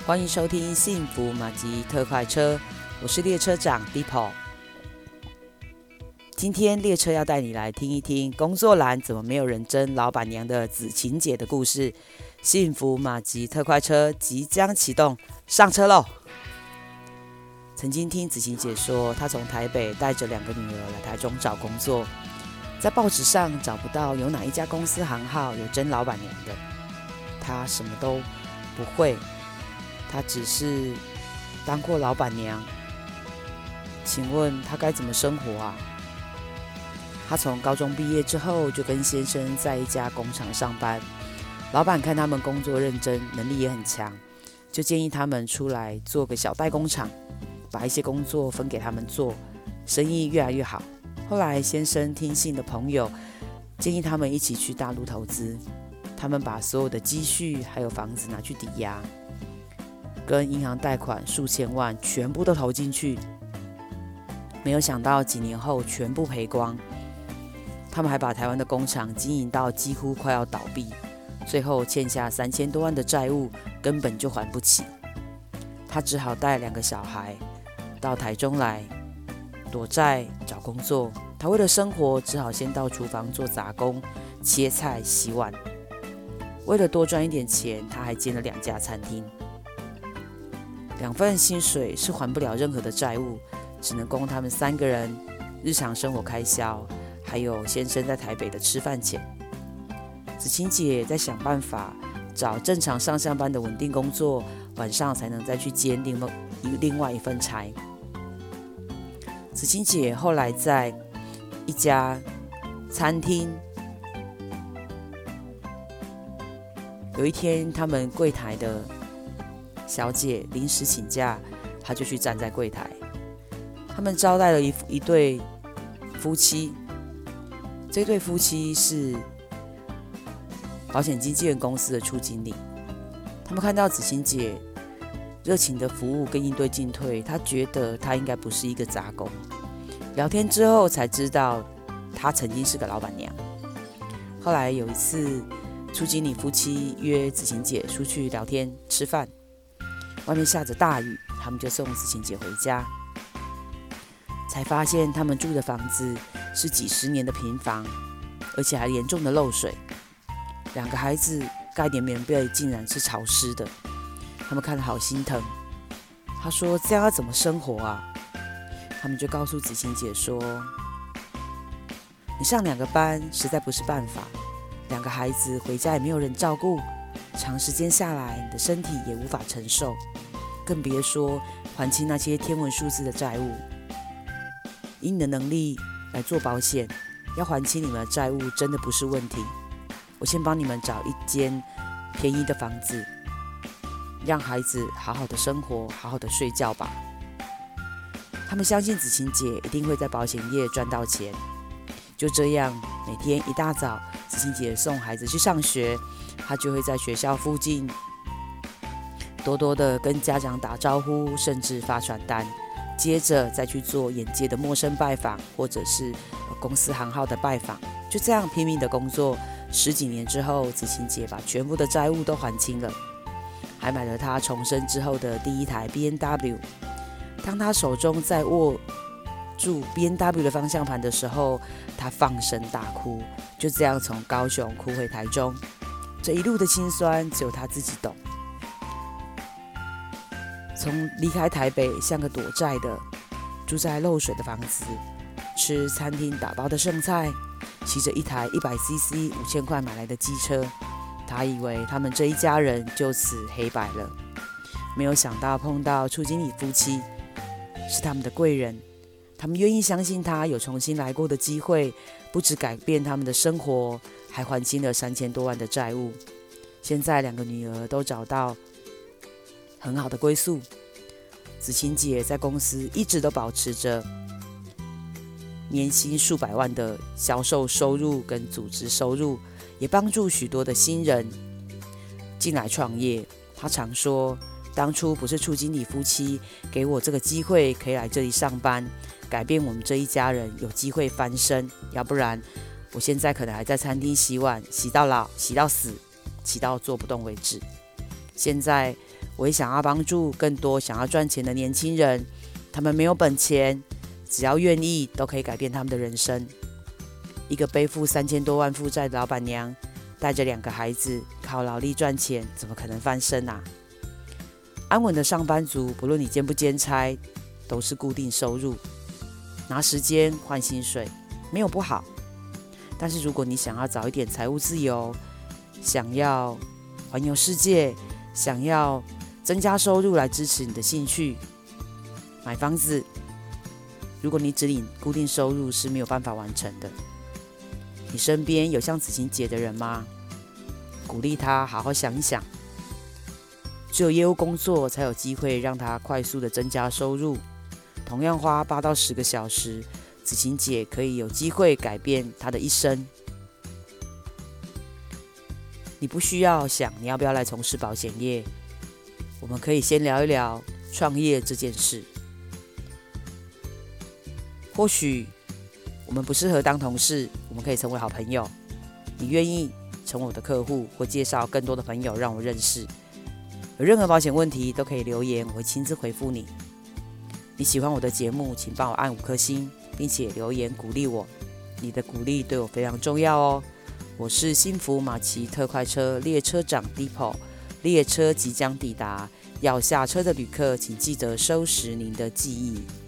欢迎收听幸福马吉特快车，我是列车长 Deepo。今天列车要带你来听一听工作栏怎么没有人争老板娘的子晴姐的故事。幸福马吉特快车即将启动，上车喽！曾经听子晴姐说，她从台北带着2个女儿来台中找工作，在报纸上找不到有哪一家公司行号有争老板娘的。她什么都不会，她只是当过老板娘。请问她该怎么生活啊？她从高中毕业之后就跟先生在一家工厂上班，老板看他们工作认真，能力也很强，就建议他们出来做个小代工厂，把一些工作分给他们做，生意越来越好。后来先生听信的朋友建议他们一起去大陆投资，他们把所有的积蓄还有房子拿去抵押，跟银行贷款数千万全部都投进去，没有想到几年后全部赔光。他们还把台湾的工厂经营到几乎快要倒闭，最后欠下3000多万的债务，根本就还不起。他只好带2个小孩到台中来躲债找工作。他为了生活，只好先到厨房做杂工，切菜洗碗。为了多赚一点钱，他还兼了2家餐厅。2份薪水是还不了任何的债务，只能供他们3个人日常生活开销，还有先生在台北的吃饭钱。子晴姐在想办法找正常上下班的稳定工作，晚上才能再去兼另外一份差。子晴姐后来在一家餐厅，有一天他们柜台的小姐临时请假，她就去站在柜台。他们招待了一对夫妻，这对夫妻是保险经纪人公司的处经理。他们看到子晴姐热情的服务跟应对进退，他觉得她应该不是一个杂工。聊天之后才知道，她曾经是个老板娘。后来有一次，处经理夫妻约子晴姐出去聊天吃饭，外面下着大雨，他们就送子晴姐回家，才发现他们住的房子是几10年的平房，而且还严重的漏水。2个孩子盖点棉被竟然是潮湿的，他们看了好心疼。他说这样要怎么生活啊？他们就告诉子晴姐说，你上2个班实在不是办法，2个孩子回家也没有人照顾，长时间下来你的身体也无法承受，更别说还清那些天文数字的债务。以你的能力来做保险，要还清你们的债务真的不是问题。我先帮你们找一间便宜的房子，让孩子好好的生活，好好的睡觉吧。他们相信子晴姐一定会在保险业赚到钱。就这样，每天一大早，子晴姐送孩子去上学，她就会在学校附近多多的跟家长打招呼，甚至发传单，接着再去做眼界的陌生拜访，或者是公司行号的拜访。就这样拼命的工作，10几年之后，子晴姐把全部的债务都还清了，还买了她重生之后的第一台 BMW。 当她手中在握住 BMW 的方向盘的时候，她放声大哭，就这样从高雄哭回台中。这一路的辛酸只有她自己懂。从离开台北像个躲债的，住在漏水的房子，吃餐厅打包的剩菜，骑着一台100cc5000块买来的机车，他以为他们这一家人就此黑白了。没有想到碰到处经理夫妻，是他们的贵人。他们愿意相信他有重新来过的机会，不只改变他们的生活，还还清了3000多万的债务。现在2个女儿都找到很好的归宿。子晴姐在公司一直都保持着年薪数百万的销售收入跟组织收入，也帮助许多的新人进来创业。她常说，当初不是处经理夫妻给我这个机会可以来这里上班，改变我们这一家人有机会翻身，要不然我现在可能还在餐厅洗碗，洗到老，洗到死，洗到做不动为止。现在我也想要帮助更多想要赚钱的年轻人，他们没有本钱，只要愿意都可以改变他们的人生。一个背负3000多万负债的老板娘，带着2个孩子靠劳力赚钱，怎么可能翻身啊？安稳的上班族，不论你兼不兼差，都是固定收入，拿时间换薪水，没有不好。但是如果你想要早一点财务自由，想要环游世界，想要增加收入来支持你的兴趣，买房子，如果你只领固定收入是没有办法完成的。你身边有像子晴姐的人吗？鼓励她好好想一想，只有业务工作才有机会让她快速的增加收入。同样花8到10个小时，子晴姐可以有机会改变她的一生。你不需要想你要不要来从事保险业，我们可以先聊一聊创业这件事。或许我们不适合当同事，我们可以成为好朋友。你愿意成为我的客户，或介绍更多的朋友让我认识。有任何保险问题都可以留言，我会亲自回复你。你喜欢我的节目，请帮我按5颗星，并且留言鼓励我。你的鼓励对我非常重要哦。我是幸福马奇特快车列车长 Depot， 列车即将抵达，要下车的旅客请记得收拾您的记忆。